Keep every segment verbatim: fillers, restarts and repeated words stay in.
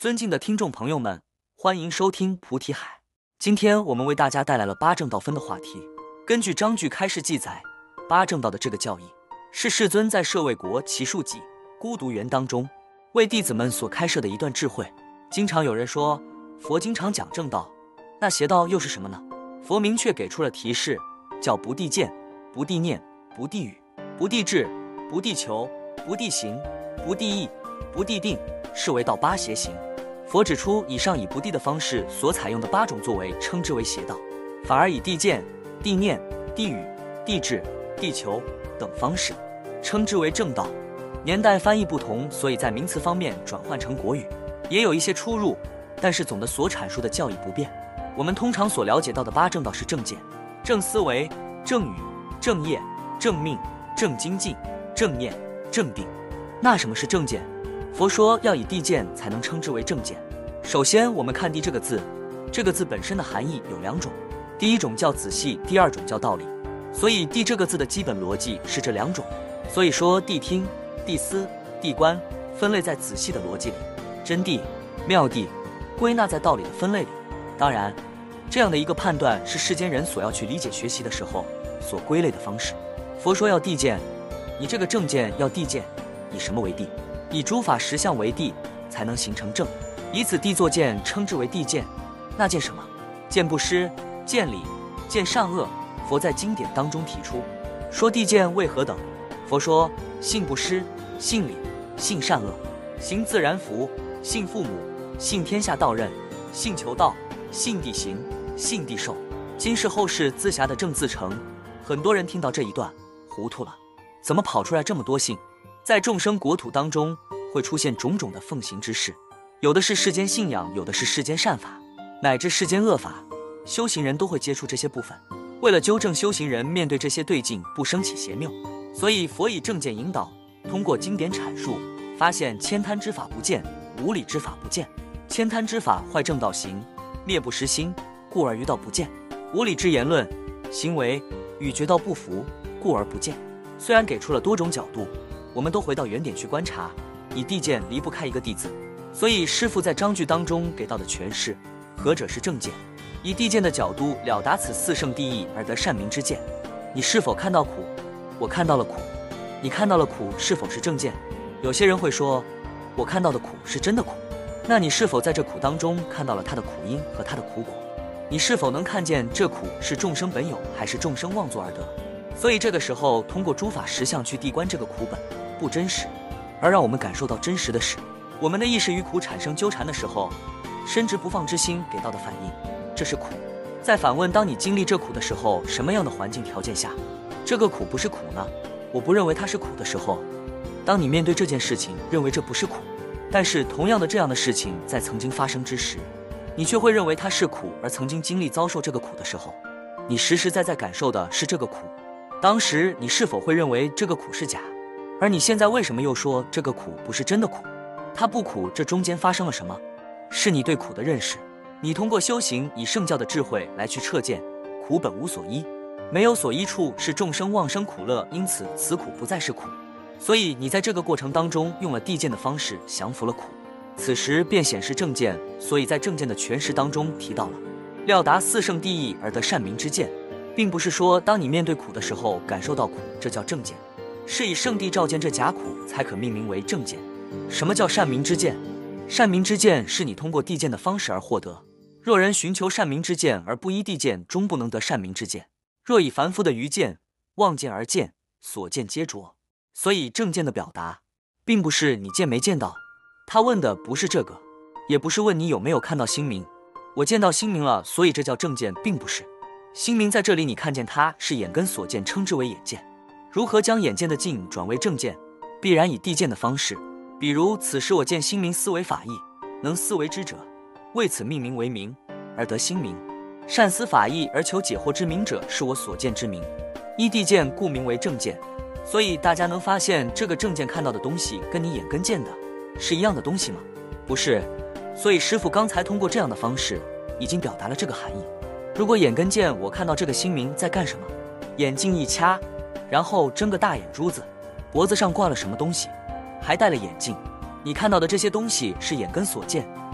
尊敬的听众朋友们，欢迎收听菩提海。今天我们为大家带来了八正道分的话题。根据章句开示记载，八正道的这个教义，是世尊在舍卫国祇树记孤独园当中为弟子们所开设的一段智慧。经常有人说，佛经常讲正道，那邪道又是什么呢？佛明确给出了提示，叫不地见、不地念、不地语、不地志、不地求、不地行、不地意、不地定，是为道八邪行。佛指出，以上以不地的方式所采用的八种作为，称之为邪道，反而以地见、地念、地语、地志、地求等方式称之为正道。年代翻译不同，所以在名词方面转换成国语也有一些出入，但是总的所阐述的教义不变。我们通常所了解到的八正道是正见、正思维、正语、正业、正命、正精进、正念、正定。那什么是正见？佛说要以地见才能称之为正见。首先我们看地这个字，这个字本身的含义有两种，第一种叫仔细，第二种叫道理。所以地这个字的基本逻辑是这两种。所以说谛听、谛思、谛观分类在仔细的逻辑里，真谛、妙谛归纳在道理的分类里。当然，这样的一个判断是世间人所要去理解学习的时候所归类的方式。佛说要地见，你这个正见要地见，以什么为地？以诸法实相为地，才能形成正。以此地作见，称之为地见。那见什么？见不施，见理，见善恶。佛在经典当中提出，说地见为何等？佛说：信不施，信理，信善恶，行自然福，信父母，信天下道任，信求道，信地行，信地受。今世后世自暇的正自成。很多人听到这一段糊涂了，怎么跑出来这么多信？在众生国土当中会出现种种的奉行之事，有的是世间信仰，有的是世间善法，乃至世间恶法。修行人都会接触这些部分。为了纠正修行人面对这些对境不生起邪谬，所以佛以正见引导，通过经典阐述，发现悭贪之法不见，无理之法不见。悭贪之法坏正道行，灭不实心，故而于道不见；无理之言论行为与觉道不符，故而不见。虽然给出了多种角度，我们都回到原点去观察，以地见离不开一个地字，所以师父在章句当中给到的诠释，何者是正见？以地见的角度了达此四圣谛义而得善明之见。你是否看到苦？我看到了苦。你看到了苦，是否是正见？有些人会说，我看到的苦是真的苦。那你是否在这苦当中看到了它的苦因和它的苦果？你是否能看见这苦是众生本有，还是众生妄作而得？所以这个时候通过诸法实相去谛观这个苦本不真实，而让我们感受到真实的是，我们的意识与苦产生纠缠的时候，深执不放之心给到的反应，这是苦。再反问，当你经历这苦的时候，什么样的环境条件下这个苦不是苦呢？我不认为它是苦的时候，当你面对这件事情认为这不是苦，但是同样的这样的事情在曾经发生之时，你却会认为它是苦，而曾经经历遭受这个苦的时候，你实实在在感受的是这个苦，当时你是否会认为这个苦是假？而你现在为什么又说这个苦不是真的苦？它不苦，这中间发生了什么？是你对苦的认识。你通过修行以圣教的智慧来去彻见，苦本无所依，没有所依处，是众生妄生苦乐，因此此苦不再是苦。所以你在这个过程当中用了地见的方式降服了苦，此时便显示正见。所以在正见的诠释当中提到了料达四圣谛义而得善明之见，并不是说当你面对苦的时候感受到苦，这叫正见，是以圣谛照见这假苦才可命名为正见。什么叫善明之见？善明之见是你通过地见的方式而获得。若人寻求善明之见而不依地见，终不能得善明之见。若以凡夫的愚见妄见而见，所见皆浊。所以正见的表达并不是你见没见到，他问的不是这个，也不是问你有没有看到星明。我见到星明了，所以这叫正见，并不是。星明在这里你看见它是眼根所见，称之为眼见。如何将眼见的境转为正见？必然以地见的方式。比如此时我见星明思为法义，能思为之者，为此命名为明，而得星明。善思法义而求解惑之明者，是我所见之明。依地见故名为正见。所以大家能发现这个正见看到的东西跟你眼根见的是一样的东西吗？不是。所以师父刚才通过这样的方式已经表达了这个含义。如果眼根见我看到这个星明在干什么，眼镜一掐，然后睁个大眼珠子，脖子上挂了什么东西，还戴了眼镜，你看到的这些东西是眼根所见，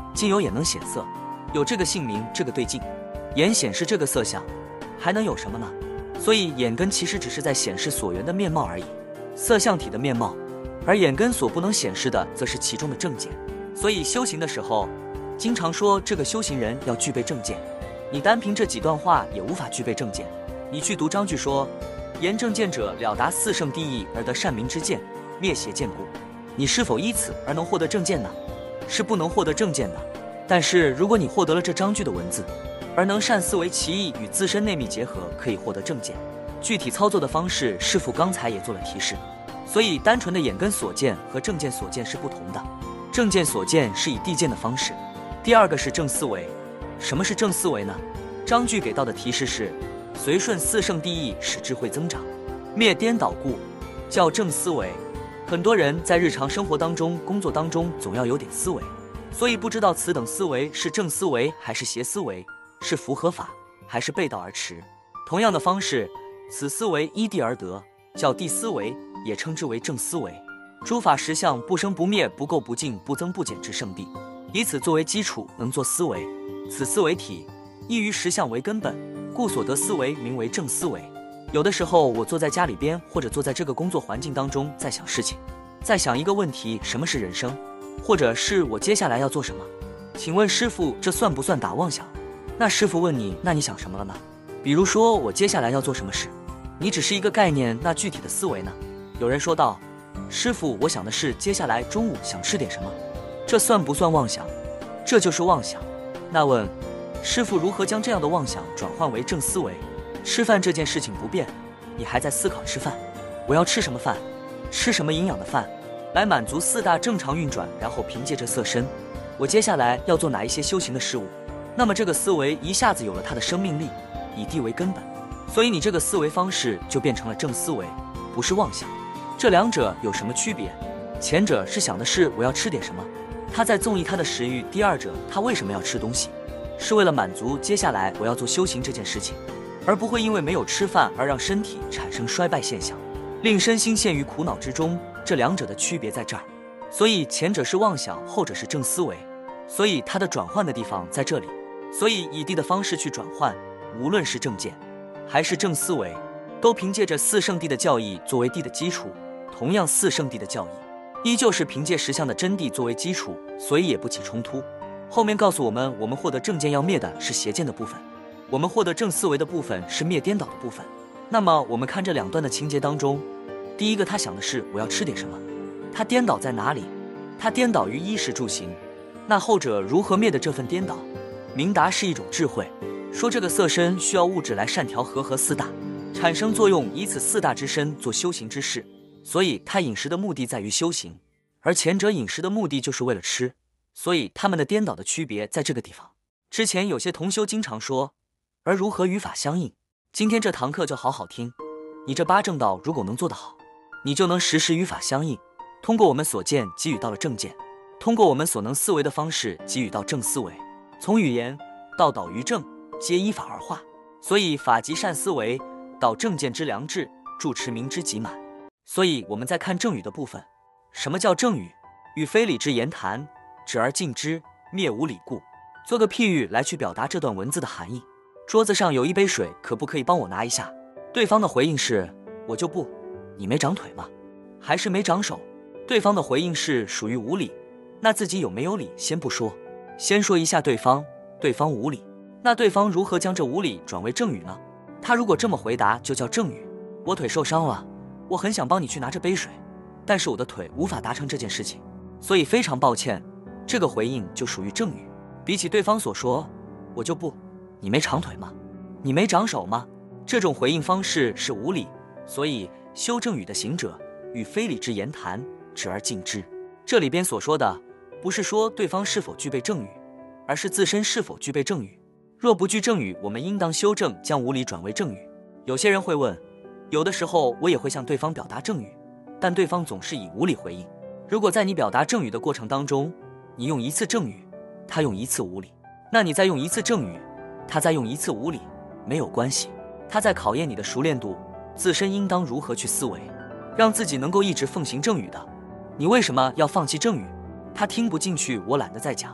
竟有眼能显色，有这个姓名，这个对镜，眼显示这个色相，还能有什么呢？所以眼根其实只是在显示所缘的面貌而已，色相体的面貌，而眼根所不能显示的，则是其中的正见。所以修行的时候，经常说这个修行人要具备正见。你单凭这几段话也无法具备正见。你去读章句说，言正见者了达四圣谛义而得善明之见，灭邪见故。你是否依此而能获得正见呢？是不能获得正见的。但是如果你获得了这章句的文字，而能善思维其意与自身内密结合，可以获得正见。具体操作的方式，师父刚才也做了提示。所以单纯的眼根所见和正见所见是不同的。正见所见是以谛见的方式，第二个是正思维。什么是正思维呢？章句给到的提示是随顺四圣谛义，使智慧增长，灭颠倒故，叫正思维。很多人在日常生活当中、工作当中总要有点思维，所以不知道此等思维是正思维还是邪思维，是符合法还是背道而驰。同样的方式，此思维依谛而得，叫谛思维，也称之为正思维。诸法实相不生不灭，不垢不净，不增不减至圣谛，以此作为基础，能作思维。此思维体依于实相为根本，故所得思维名为正思维。有的时候我坐在家里边，或者坐在这个工作环境当中，在想事情，在想一个问题，什么是人生，或者是我接下来要做什么。请问师父，这算不算打妄想？那师父问你，那你想什么了呢？比如说我接下来要做什么事，你只是一个概念，那具体的思维呢？有人说道，师父，我想的是接下来中午想吃点什么，这算不算妄想？这就是妄想。那问师父，如何将这样的妄想转换为正思维？吃饭这件事情不变，你还在思考吃饭，我要吃什么饭，吃什么营养的饭，来满足四大正常运转，然后凭借着色身，我接下来要做哪一些修行的事物。那么这个思维一下子有了它的生命力，以谛为根本，所以你这个思维方式就变成了正思维，不是妄想。这两者有什么区别？前者是想的是我要吃点什么，他在纵意他的食欲；第二者，他为什么要吃东西，是为了满足接下来我要做修行这件事情，而不会因为没有吃饭而让身体产生衰败现象，令身心陷于苦恼之中。这两者的区别在这儿。所以前者是妄想，后者是正思维，所以它的转换的地方在这里。所以以谛的方式去转换，无论是正见还是正思维，都凭借着四圣谛的教义作为谛的基础。同样，四圣谛的教义依旧是凭借实相的真谛作为基础，所以也不起冲突。后面告诉我们，我们获得正见要灭的是邪见的部分，我们获得正思维的部分是灭颠倒的部分。那么我们看这两段的情节当中，第一个他想的是我要吃点什么，他颠倒在哪里？他颠倒于衣食住行。那后者如何灭的这份颠倒？明达是一种智慧，说这个色身需要物质来善调和合四大，产生作用，以此四大之身做修行之事。所以他饮食的目的在于修行，而前者饮食的目的就是为了吃，所以他们的颠倒的区别在这个地方。之前有些同修经常说，而如何与法相应？今天这堂课就好好听，你这八正道如果能做得好，你就能时时与法相应，通过我们所见给予到了正见，通过我们所能思维的方式给予到正思维，从语言到导于正，皆依法而化。所以法即善思维，导正见之良智，助持明之极满。所以我们在看正语的部分，什么叫正语？语非理之言谈，止而尽之，灭无理故。做个譬喻来去表达这段文字的含义。桌子上有一杯水，可不可以帮我拿一下？对方的回应是我就不。你没长腿吗？还是没长手？对方的回应是属于无理。那自己有没有理先不说，先说一下对方，对方无理。那对方如何将这无理转为正语呢？他如果这么回答就叫正语。我腿受伤了，我很想帮你去拿这杯水，但是我的腿无法达成这件事情，所以非常抱歉。这个回应就属于正语。比起对方所说我就不，你没长腿吗？你没长手吗？这种回应方式是无理。所以修正语的行者，与非理之言谈，止而尽之。这里边所说的不是说对方是否具备正语，而是自身是否具备正语。若不具正语，我们应当修正，将无理转为正语。有些人会问，有的时候我也会向对方表达正语，但对方总是以无理回应。如果在你表达正语的过程当中，你用一次正语，他用一次无理，那你再用一次正语，他再用一次无理，没有关系。他在考验你的熟练度，自身应当如何去思维，让自己能够一直奉行正语的。你为什么要放弃正语？他听不进去，我懒得再讲。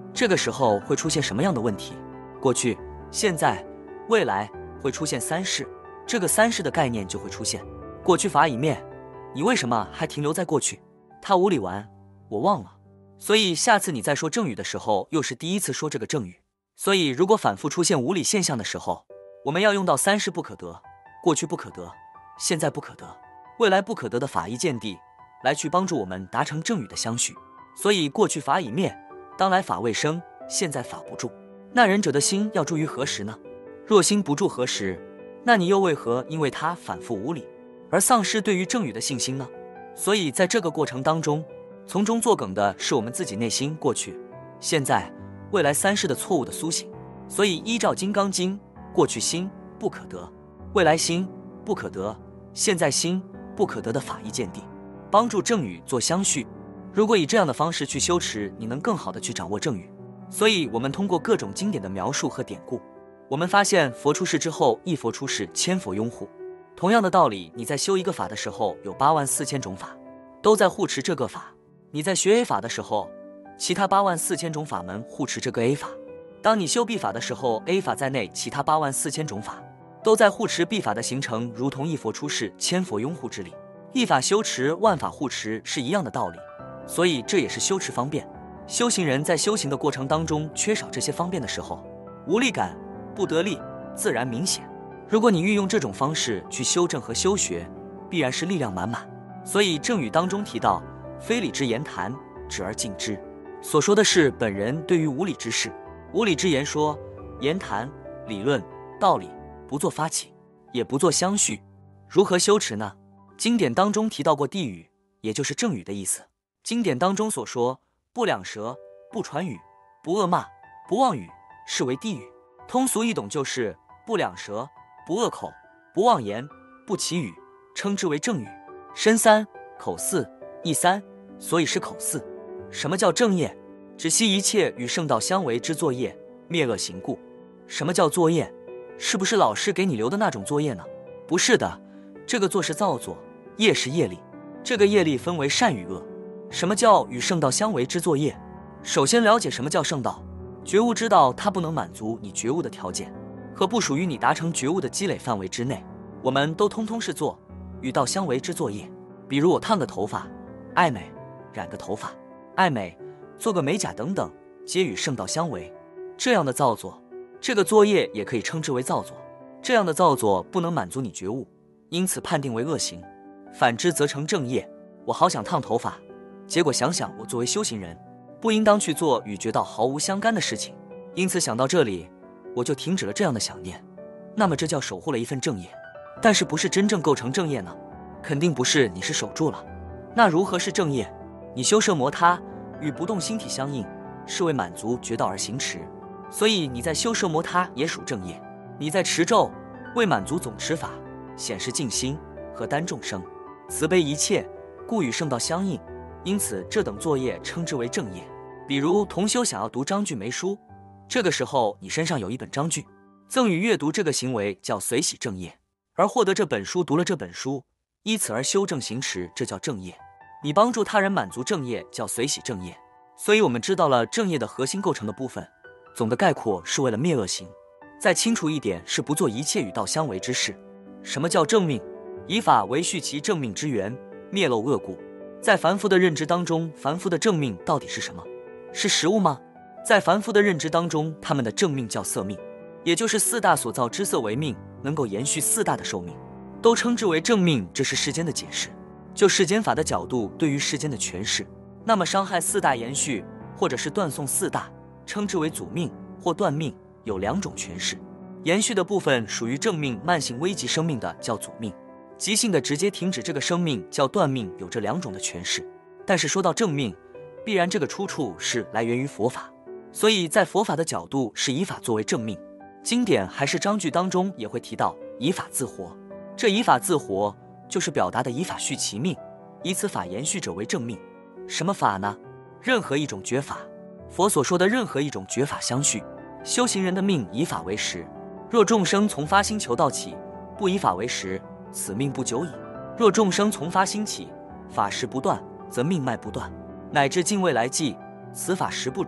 这个时候会出现什么样的问题？过去、现在、未来会出现三世，这个三世的概念就会出现。过去法已灭，你为什么还停留在过去？他无理完，我忘了。所以下次你在说正语的时候，又是第一次说这个正语。所以如果反复出现无理现象的时候，我们要用到三世不可得，过去不可得，现在不可得，未来不可得的法义见地，来去帮助我们达成正语的相续。所以过去法已灭，当来法未生，现在法不住。那仁者的心要住于何时呢？若心不住何时，那你又为何因为它反复无理而丧失对于正语的信心呢？所以在这个过程当中，从中作梗的是我们自己内心过去、现在、未来三世的错误的苏醒。所以依照《金刚经》，过去心不可得，未来心不可得，现在心不可得的法义见地，帮助正语做相续。如果以这样的方式去修持，你能更好的去掌握正语。所以我们通过各种经典的描述和典故，我们发现佛出世之后，一佛出世，千佛拥护。同样的道理，你在修一个法的时候，有八万四千种法都在护持这个法。你在学 A 法的时候，其他八万四千种法门护持这个 A 法。当你修 B 法的时候， A 法在内，其他八万四千种法都在护持 B 法的形成，如同一佛出世，千佛拥护之力。一法修持，万法护持是一样的道理。所以这也是修持方便。修行人在修行的过程当中缺少这些方便的时候，无力感、不得力自然明显。如果你运用这种方式去修正和修学，必然是力量满满。所以正语当中提到，非理之言谈，止而尽之，所说的是本人对于无理之事。无理之言说，言谈、理论、道理不做发起，也不做相续。如何修持呢？经典当中提到过地语，也就是正语的意思。经典当中所说，不两舌，不传语，不恶骂，不妄语，是为地语。通俗易懂就是不两舌，不恶口，不妄言，不绮语，称之为正语。身三，口四，意三，所以是口四。什么叫正业？只惜一切与圣道相违之作业，灭恶行故。什么叫作业？是不是老师给你留的那种作业呢？不是的，这个作是造作，业是业力。这个业力分为善与恶。什么叫与圣道相违之作业？首先了解什么叫圣道。觉悟之道，它不能满足你觉悟的条件，和不属于你达成觉悟的积累范围之内，我们都通通是做与道相违之作业。比如我烫个头发，爱美；染个头发，爱美；做个美甲等等，皆与圣道相违。这样的造作，这个作业也可以称之为造作。这样的造作不能满足你觉悟，因此判定为恶行。反之则成正业。我好想烫头发，结果想想我作为修行人，不应当去做与觉道毫无相干的事情，因此想到这里，我就停止了这样的想念。那么这叫守护了一份正业，但是不是真正构成正业呢？肯定不是，你是守住了。那如何是正业？你修摄摩他，与不动心体相应，是为满足觉道而行持，所以你在修摄摩他也属正业。你在持咒，为满足总持法，显示静心，和担众生，慈悲一切，故与圣道相应，因此这等作业称之为正业。比如同修想要读章句没书，这个时候你身上有一本章句，赠与阅读这个行为叫随喜正业，而获得这本书，读了这本书，依此而修正行持，这叫正业。你帮助他人满足正业叫随喜正业。所以我们知道了正业的核心构成的部分，总的概括是为了灭恶行。再清楚一点是不做一切与道相违之事。什么叫正命？以法为续其正命之源，灭漏恶故。在凡夫的认知当中，凡夫的正命到底是什么？是食物吗？在凡夫的认知当中，他们的正命叫色命，也就是四大所造之色为命，能够延续四大的寿命，都称之为正命。这是世间的解释，就世间法的角度对于世间的诠释。那么伤害四大延续，或者是断送四大，称之为阻命或断命，有两种诠释。延续的部分属于正命，慢性危及生命的叫阻命，急性的直接停止这个生命叫断命，有这两种的诠释。但是说到正命，必然这个出处是来源于佛法，所以在佛法的角度是以法作为正命。经典还是章句当中也会提到以法自活，这以法自活就是表达的以法续其命，以此法延续者为正命。什么法呢？任何一种觉法，佛所说的任何一种觉法相续。修行人的命以法为食，若众生从发心求道起，不以法为食，此命不久矣。若众生从发心起，法食不断，则命脉不断，乃至尽未来际，此法食不止，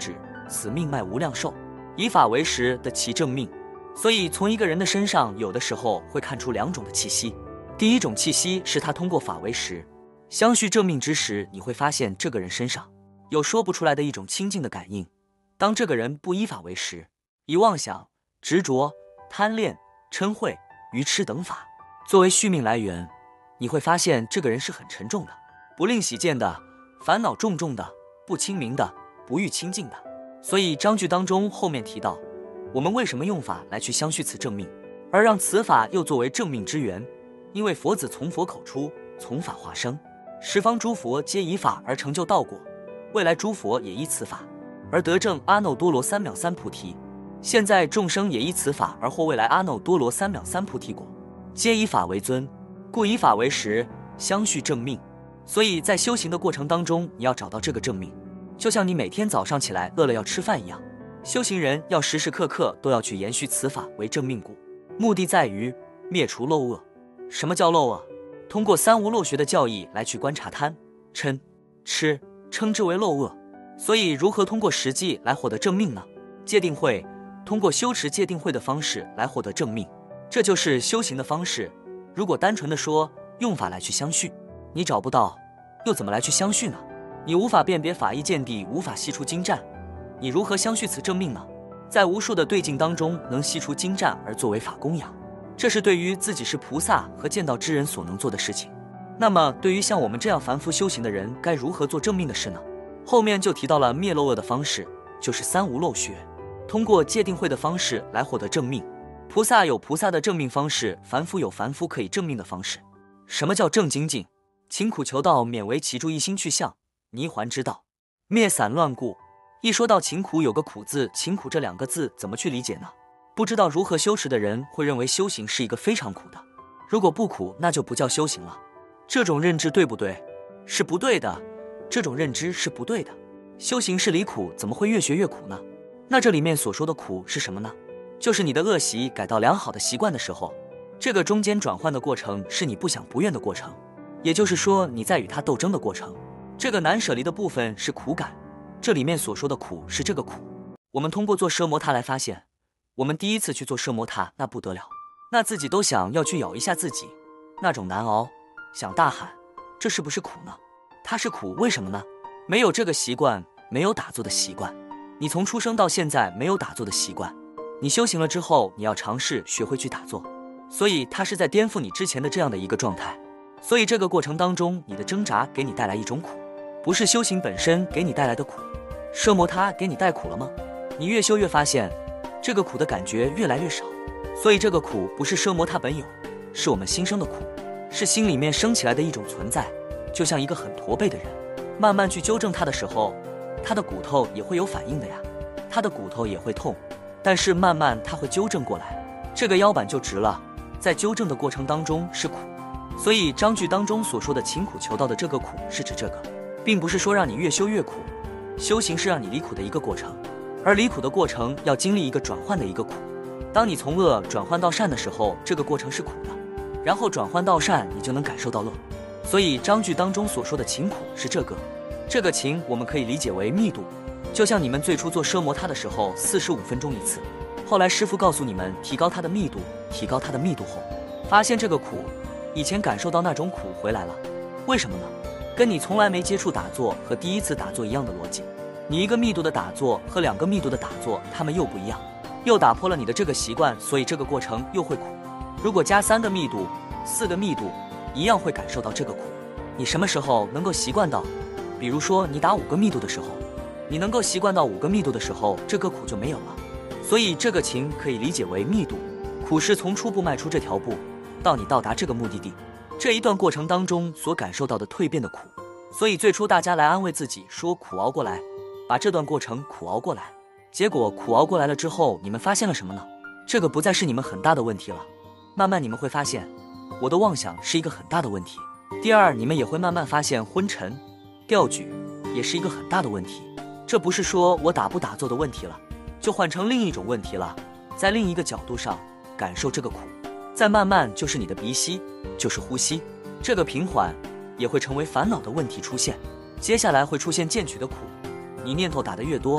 此命脉无量寿，以法为食的其正命。所以从一个人的身上，有的时候会看出两种的气息。第一种气息是他通过法为食，相续正命之时，你会发现这个人身上有说不出来的一种清净的感应。当这个人不依法为食，以妄想、执着、贪恋、嗔恚、愚痴等法作为续命来源，你会发现这个人是很沉重的，不令喜见的，烦恼重重的，不清明的，不欲清净的。所以章句当中后面提到，我们为什么用法来去相续此正命，而让此法又作为正命之源？因为佛子从佛口出，从法化生，十方诸佛皆以法而成就道果，未来诸佛也依此法而得证阿耨多罗三藐三菩提。现在众生也依此法而获未来阿耨多罗三藐三菩提果，皆以法为尊，故以法为食，相续正命。所以在修行的过程当中，你要找到这个正命，就像你每天早上起来饿了要吃饭一样，修行人要时时刻刻都要去延续此法为正命故，目的在于灭除漏恶。什么叫漏恶？通过三无漏学的教义来去观察贪、嗔、痴，称之为漏恶。所以如何通过实际来获得正命呢？戒定慧，通过修持戒定慧的方式来获得正命，这就是修行的方式。如果单纯的说用法来去相续，你找不到，又怎么来去相续呢？你无法辨别法义见地，无法悉出精湛，你如何相续此正命呢？在无数的对境当中能悉出精湛而作为法供养，这是对于自己是菩萨和见道之人所能做的事情。那么对于像我们这样凡夫修行的人，该如何做正命的事呢？后面就提到了灭漏恶的方式，就是三无漏学，通过戒定慧的方式来获得正命。菩萨有菩萨的正命方式，凡夫有凡夫可以正命的方式。什么叫正精进？勤苦求道，勉为其助，一心去向泥环之道，灭散乱故。一说到勤苦，有个苦字，勤苦这两个字怎么去理解呢？不知道如何修持的人会认为修行是一个非常苦的，如果不苦，那就不叫修行了。这种认知对不对？是不对的，这种认知是不对的。修行是离苦，怎么会越学越苦呢？那这里面所说的苦是什么呢？就是你的恶习改到良好的习惯的时候，这个中间转换的过程是你不想不愿的过程，也就是说你在与它斗争的过程。这个难舍离的部分是苦感，这里面所说的苦是这个苦。我们通过做奢摩他来发现，我们第一次去做奢摩他，那不得了，那自己都想要去咬一下自己，那种难熬，想大喊，这是不是苦呢？它是苦，为什么呢？没有这个习惯，没有打坐的习惯，你从出生到现在没有打坐的习惯，你修行了之后，你要尝试学会去打坐，所以它是在颠覆你之前的这样的一个状态。所以这个过程当中，你的挣扎给你带来一种苦，不是修行本身给你带来的苦。奢摩他给你带苦了吗？你越修越发现这个苦的感觉越来越少。所以这个苦不是奢摩他本有，是我们心生的苦，是心里面升起来的一种存在。就像一个很驼背的人，慢慢去纠正他的时候，他的骨头也会有反应的呀，他的骨头也会痛，但是慢慢他会纠正过来，这个腰板就直了。在纠正的过程当中是苦，所以章句当中所说的勤苦求道的这个苦是指这个，并不是说让你越修越苦。修行是让你离苦的一个过程，而离苦的过程要经历一个转换的一个苦。当你从恶转换到善的时候，这个过程是苦的，然后转换到善，你就能感受到乐。所以章句当中所说的勤苦是这个，这个勤我们可以理解为密度，就像你们最初做奢摩他的时候四十五分钟一次，后来师父告诉你们提高它的密度，提高它的密度后，发现这个苦以前感受到那种苦回来了。为什么呢？跟你从来没接触打坐和第一次打坐一样的逻辑，你一个密度的打坐和两个密度的打坐，它们又不一样，又打破了你的这个习惯，所以这个过程又会苦。如果加三个密度、四个密度，一样会感受到这个苦。你什么时候能够习惯到？比如说你打五个密度的时候，你能够习惯到五个密度的时候，这个苦就没有了。所以这个勤可以理解为密度，苦是从初步迈出这条步到你到达这个目的地这一段过程当中所感受到的蜕变的苦。所以最初大家来安慰自己说苦熬过来，把这段过程苦熬过来，结果苦熬过来了之后，你们发现了什么呢？这个不再是你们很大的问题了。慢慢你们会发现我的妄想是一个很大的问题。第二，你们也会慢慢发现昏沉、掉举也是一个很大的问题。这不是说我打不打坐的问题了，就换成另一种问题了，在另一个角度上感受这个苦。再慢慢就是你的鼻息，就是呼吸，这个平缓也会成为烦恼的问题出现。接下来会出现见取的苦，你念头打得越多，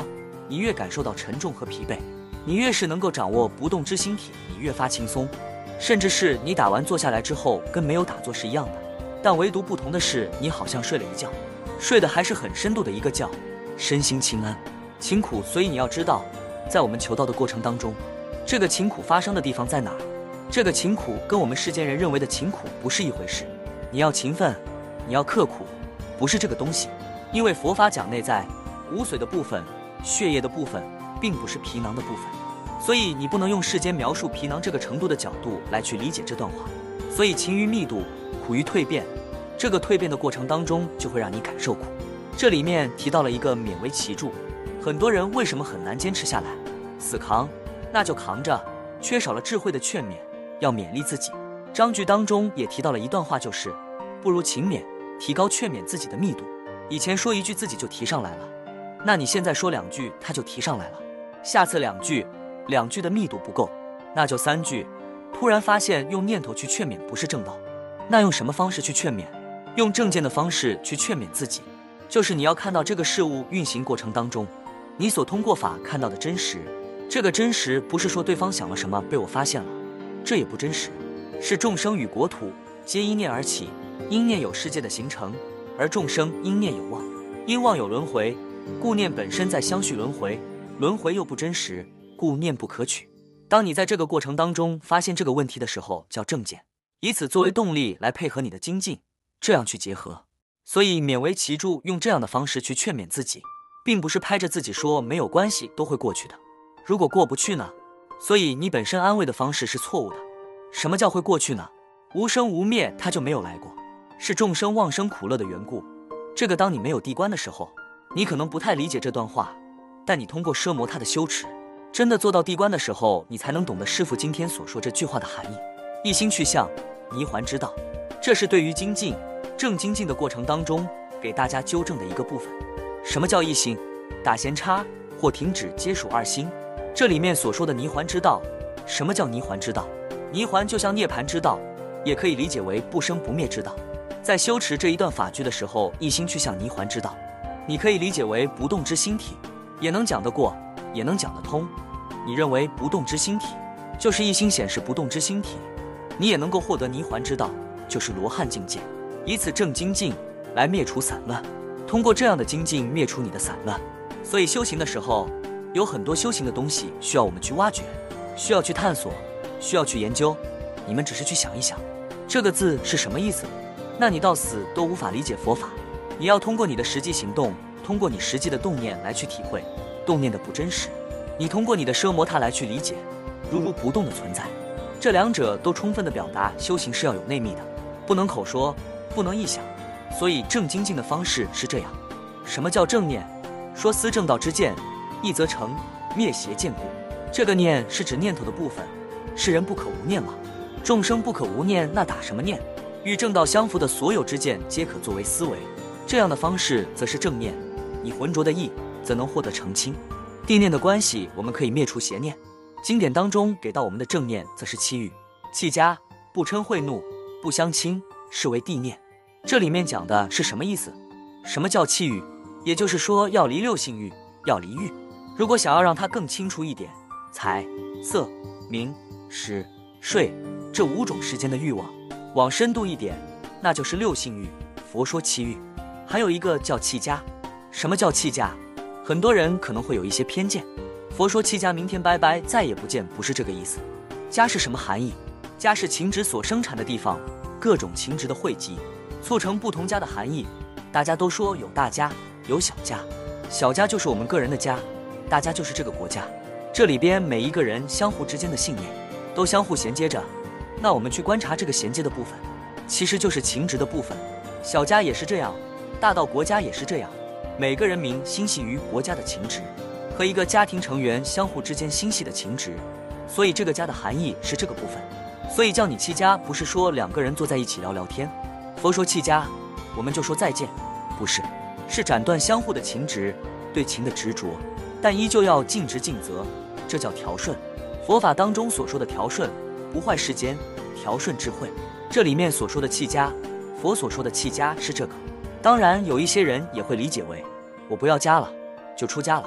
你越感受到沉重和疲惫。你越是能够掌握不动之心体，你越发轻松，甚至是你打完坐下来之后跟没有打坐是一样的。但唯独不同的是，你好像睡了一觉，睡的还是很深度的一个觉，身心清安。勤苦，所以你要知道，在我们求道的过程当中，这个勤苦发生的地方在哪儿？这个勤苦跟我们世间人认为的勤苦不是一回事。你要勤奋，你要刻苦，不是这个东西。因为佛法讲内在骨髓的部分、血液的部分，并不是皮囊的部分，所以你不能用世间描述皮囊这个程度的角度来去理解这段话。所以勤于密度，苦于蜕变，这个蜕变的过程当中就会让你感受苦。这里面提到了一个勉为其助，很多人为什么很难坚持下来？死扛，那就扛着，缺少了智慧的劝勉，要勉励自己。章句当中也提到了一段话，就是不如勤勉，提高劝勉自己的密度。以前说一句自己就提上来了，那你现在说两句他就提上来了，下次两句，两句的密度不够，那就三句。突然发现用念头去劝勉不是正道，那用什么方式去劝勉？用正见的方式去劝勉自己，就是你要看到这个事物运行过程当中，你所通过法看到的真实。这个真实不是说对方想了什么被我发现了，这也不真实，是众生与国土皆因念而起，因念有世界的形成，而众生因念有妄，因妄有轮回，故念本身在相续轮回，轮回又不真实，故念不可取。当你在这个过程当中发现这个问题的时候，叫正见，以此作为动力来配合你的精进，这样去结合。所以勉为其助，用这样的方式去劝勉自己，并不是拍着自己说没有关系，都会过去的。如果过不去呢？所以你本身安慰的方式是错误的。什么叫会过去呢？无生无灭，它就没有来过，是众生妄生苦乐的缘故。这个当你没有地观的时候，你可能不太理解这段话，但你通过奢摩他的修持，真的做到地观的时候，你才能懂得师父今天所说这句话的含义。一心去向泥环之道，这是对于精进正精进的过程当中给大家纠正的一个部分。什么叫一心？打闲叉或停止皆属二心。这里面所说的泥环之道，什么叫泥环之道？泥环就像涅槃之道，也可以理解为不生不灭之道。在修持这一段法句的时候，一心去向泥环之道，你可以理解为不动之心体，也能讲得过，也能讲得通。你认为不动之心体就是一心显示不动之心体，你也能够获得泥环之道，就是罗汉境界，以此正精进来灭除散乱，通过这样的精进灭除你的散乱。所以修行的时候，有很多修行的东西需要我们去挖掘，需要去探索，需要去研究。你们只是去想一想，这个字是什么意思？那你到死都无法理解佛法。你要通过你的实际行动，通过你实际的动念来去体会动念的不真实。你通过你的奢摩他来去理解如如不动的存在。这两者都充分的表达修行是要有内密的，不能口说，不能臆想。所以正精进的方式是这样。什么叫正念？说思正道之见，一则成，灭邪见故。这个念是指念头的部分，世人不可无念了，众生不可无念，那打什么念？与正道相符的所有之见皆可作为思维，这样的方式则是正念。你浑浊的意则能获得澄清。地念的关系，我们可以灭除邪念。经典当中给到我们的正念则是七欲，气家不嗔恚怒，不相侵，是为地念。这里面讲的是什么意思？什么叫气欲？也就是说要离六性欲，要离欲。如果想要让它更清楚一点，财、色、名、食、睡这五种世间的欲望往深度一点，那就是六性欲。佛说七欲，还有一个叫气家。什么叫气家？很多人可能会有一些偏见。佛说气家，明天拜拜再也不见，不是这个意思。家是什么含义？家是情执所生产的地方，各种情执的汇集，促成不同家的含义。大家都说有大家，有小家，小家就是我们个人的家，大家就是这个国家。这里边每一个人相互之间的信念都相互衔接着。那我们去观察这个衔接的部分，其实就是情执的部分。小家也是这样，大到国家也是这样。每个人民心系于国家的情执，和一个家庭成员相互之间心系的情执，所以这个家的含义是这个部分。所以叫你弃家，不是说两个人坐在一起聊聊天。佛说弃家，我们就说再见，不是，是斩断相互的情执，对情的执着，但依旧要尽职尽责，这叫调顺。佛法当中所说的调顺，不坏世间，调顺智慧。这里面所说的弃家，佛所说的弃家是这个。当然有一些人也会理解为我不要家了，就出家了，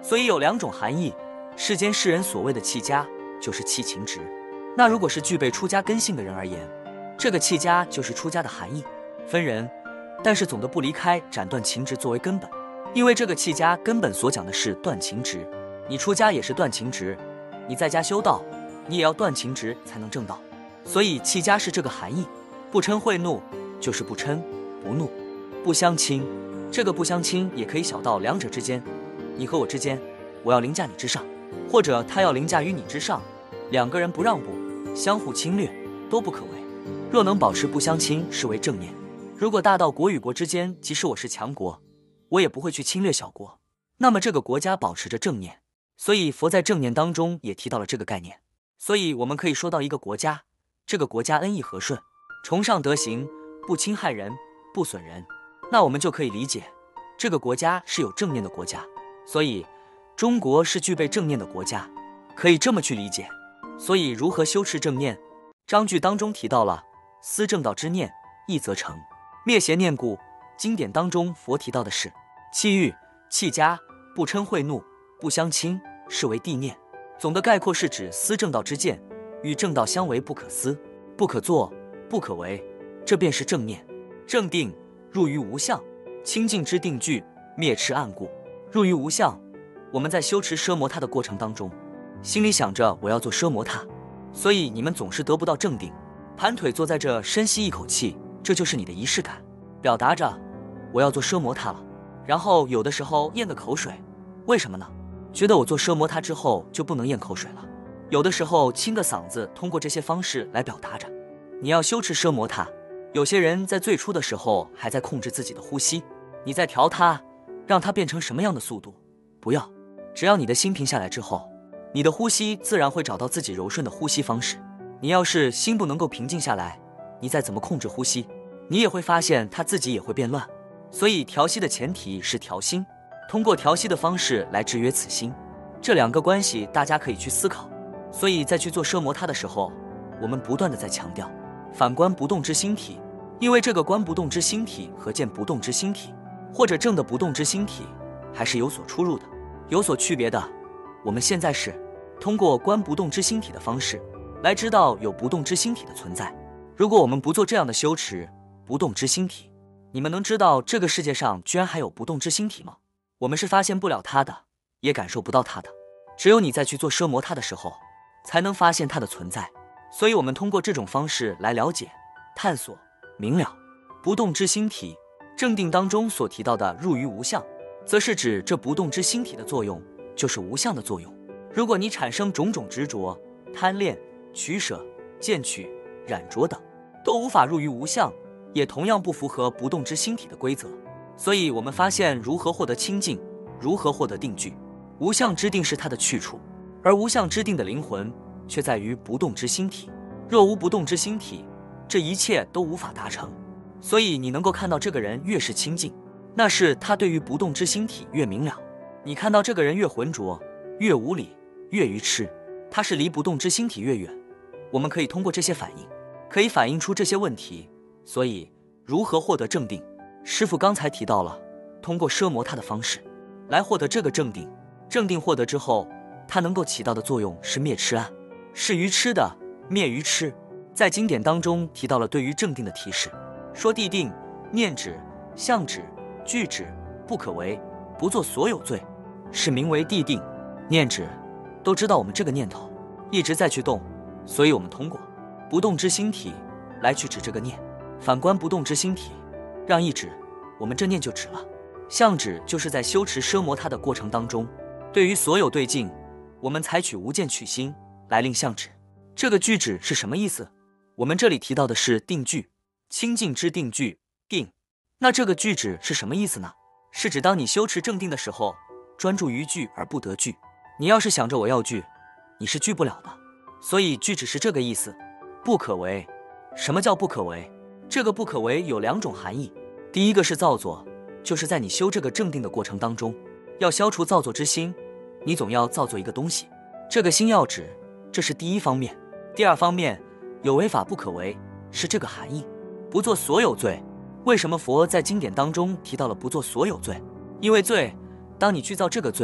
所以有两种含义。世间世人所谓的弃家，就是弃情执。那如果是具备出家根性的人而言，这个弃家就是出家的含义。分人，但是总的不离开斩断情执作为根本，因为这个弃家根本所讲的是断情执。你出家也是断情执，你在家修道，你也要断情执才能正道。所以弃家是这个含义。不嗔恚怒，就是不嗔不怒。不相亲，这个不相亲也可以小到两者之间，你和我之间，我要凌驾你之上，或者他要凌驾于你之上，两个人不让步，相互侵略，都不可为。若能保持不相侵，是为正念。如果大到国与国之间，即使我是强国，我也不会去侵略小国，那么这个国家保持着正念。所以佛在正念当中也提到了这个概念。所以我们可以说到一个国家，这个国家恩义和顺，崇尚德行，不侵害人，不损人，那我们就可以理解这个国家是有正念的国家。所以中国是具备正念的国家，可以这么去理解。所以如何修持正念，章句当中提到了思正道之念，一则成，灭邪念故。经典当中佛提到的是弃欲、弃家、不嗔恚怒、不相侵，是为谛念。总的概括是指思正道之见，与正道相违，不可思，不可作，不可为，这便是正念。正定，入于无相，清净之定句，灭痴暗故。入于无相，我们在修持奢摩他的过程当中，心里想着我要做奢摩他，所以你们总是得不到正定。盘腿坐在这，深吸一口气，这就是你的仪式感，表达着我要做奢摩他了。然后有的时候咽个口水，为什么呢？觉得我做奢摩他之后就不能咽口水了。有的时候清个嗓子，通过这些方式来表达着你要修持奢摩他。有些人在最初的时候还在控制自己的呼吸，你在调它，让它变成什么样的速度？不要，只要你的心平下来之后，你的呼吸自然会找到自己柔顺的呼吸方式。你要是心不能够平静下来，你再怎么控制呼吸，你也会发现它自己也会变乱。所以调息的前提是调心，通过调息的方式来制约此心。这两个关系大家可以去思考。所以在去做奢摩他的时候，我们不断的在强调反观不动之心体，因为这个观不动之心体和见不动之心体，或者正的不动之心体还是有所出入的，有所区别的。我们现在是通过观不动之心体的方式来知道有不动之心体的存在。如果我们不做这样的修持，不动之心体，你们能知道这个世界上居然还有不动之心体吗？我们是发现不了它的，也感受不到它的。只有你在去做奢摩他的时候，才能发现它的存在。所以我们通过这种方式来了解、探索、明了不动之心体。正定当中所提到的入于无相，则是指这不动之心体的作用就是无相的作用。如果你产生种种执着、贪恋、取舍、见取、染着等，都无法入于无相，也同样不符合不动之心体的规则。所以我们发现如何获得清净，如何获得定句。无相之定是它的去处，而无相之定的灵魂却在于不动之心体。若无不动之心体，这一切都无法达成。所以你能够看到这个人越是清净，那是他对于不动之心体越明了。你看到这个人越浑浊，越无理，越愚痴，他是离不动之心体越远。我们可以通过这些反应，可以反映出这些问题。所以如何获得正定，师父刚才提到了通过奢摩他的方式来获得这个正定。正定获得之后，它能够起到的作用是灭痴暗，是愚痴的，灭愚痴。在经典当中提到了对于正定的提示，说谛定、念止、相止、句止，不可为，不做所有罪，是名为谛定。念止都知道我们这个念头一直在去动，所以我们通过不动之心体来去止这个念。反观不动之心体，让一止，我们这念就止了。相止就是在修持奢摩他的过程当中，对于所有对境，我们采取无见取心来令相止。这个句止是什么意思？我们这里提到的是定句，清净之定句，定。那这个句止是什么意思呢？是指当你修持正定的时候，专注于句而不得句。你要是想着我要句，你是句不了的。所以句止是这个意思，不可为。什么叫不可为？这个不可为有两种含义。第一个是造作，就是在你修这个正定的过程当中，要消除造作之心，你总要造作一个东西，这个心要止，这是第一方面。第二方面，有为法不可为，是这个含义，不做所有罪。为什么佛在经典当中提到了不做所有罪？因为罪，当你去造这个罪，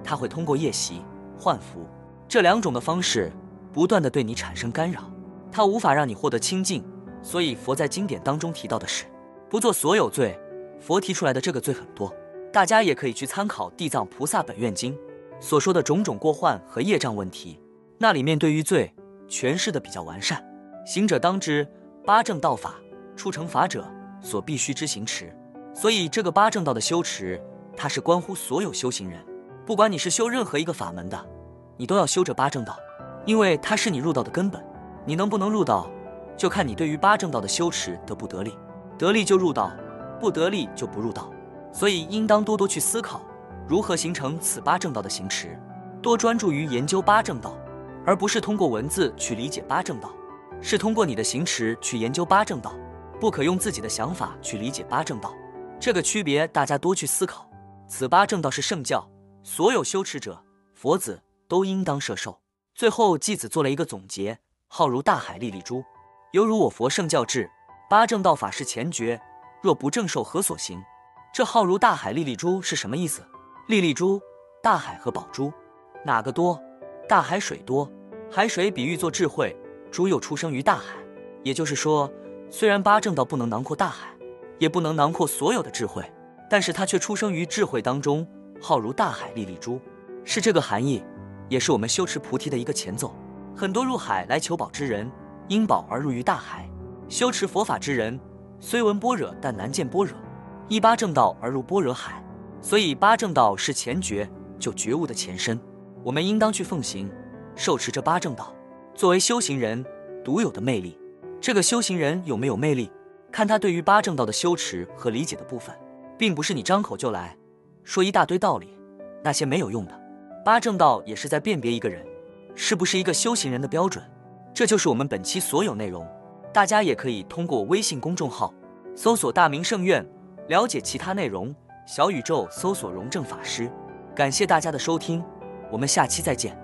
它会通过夜袭、换符这两种的方式，不断的对你产生干扰，它无法让你获得清净。所以佛在经典当中提到的是，不做所有罪。佛提出来的这个罪很多，大家也可以去参考《地藏菩萨本愿经》所说的种种过患和业障问题，那里面对于罪诠释的比较完善。行者当知八正道法，出成法者所必须之行持。所以这个八正道的修持，它是关乎所有修行人，不管你是修任何一个法门的，你都要修这八正道，因为它是你入道的根本。你能不能入道，就看你对于八正道的修持得不得力，得力就入道，不得力就不入道。所以应当多多去思考如何形成此八正道的行持，多专注于研究八正道，而不是通过文字去理解八正道，是通过你的行持去研究八正道，不可用自己的想法去理解八正道。这个区别大家多去思考。此八正道是圣教，所有修持者佛子都应当摄受。最后继子做了一个总结，浩如大海粒粒珠，犹如我佛圣教智，八正道法是前觉，若不正受何所行。这浩如大海粒粒珠是什么意思？粒粒珠，大海和宝珠，哪个多？大海水多，海水比喻作智慧，珠又出生于大海。也就是说，虽然八正道不能囊括大海，也不能囊括所有的智慧，但是它却出生于智慧当中，浩如大海粒粒珠，是这个含义，也是我们修持菩提的一个前奏。很多入海来求宝之人，因宝而入于大海；修持佛法之人，虽闻般若，但难见般若，依八正道而入般若海。所以八正道是前觉，就觉悟的前身。我们应当去奉行、受持这八正道，作为修行人独有的魅力。这个修行人有没有魅力，看他对于八正道的修持和理解的部分，并不是你张口就来说一大堆道理，那些没有用的。八正道也是在辨别一个人是不是一个修行人的标准。这就是我们本期所有内容，大家也可以通过微信公众号搜索大明圣院了解其他内容，小宇宙搜索荣正法师。感谢大家的收听，我们下期再见。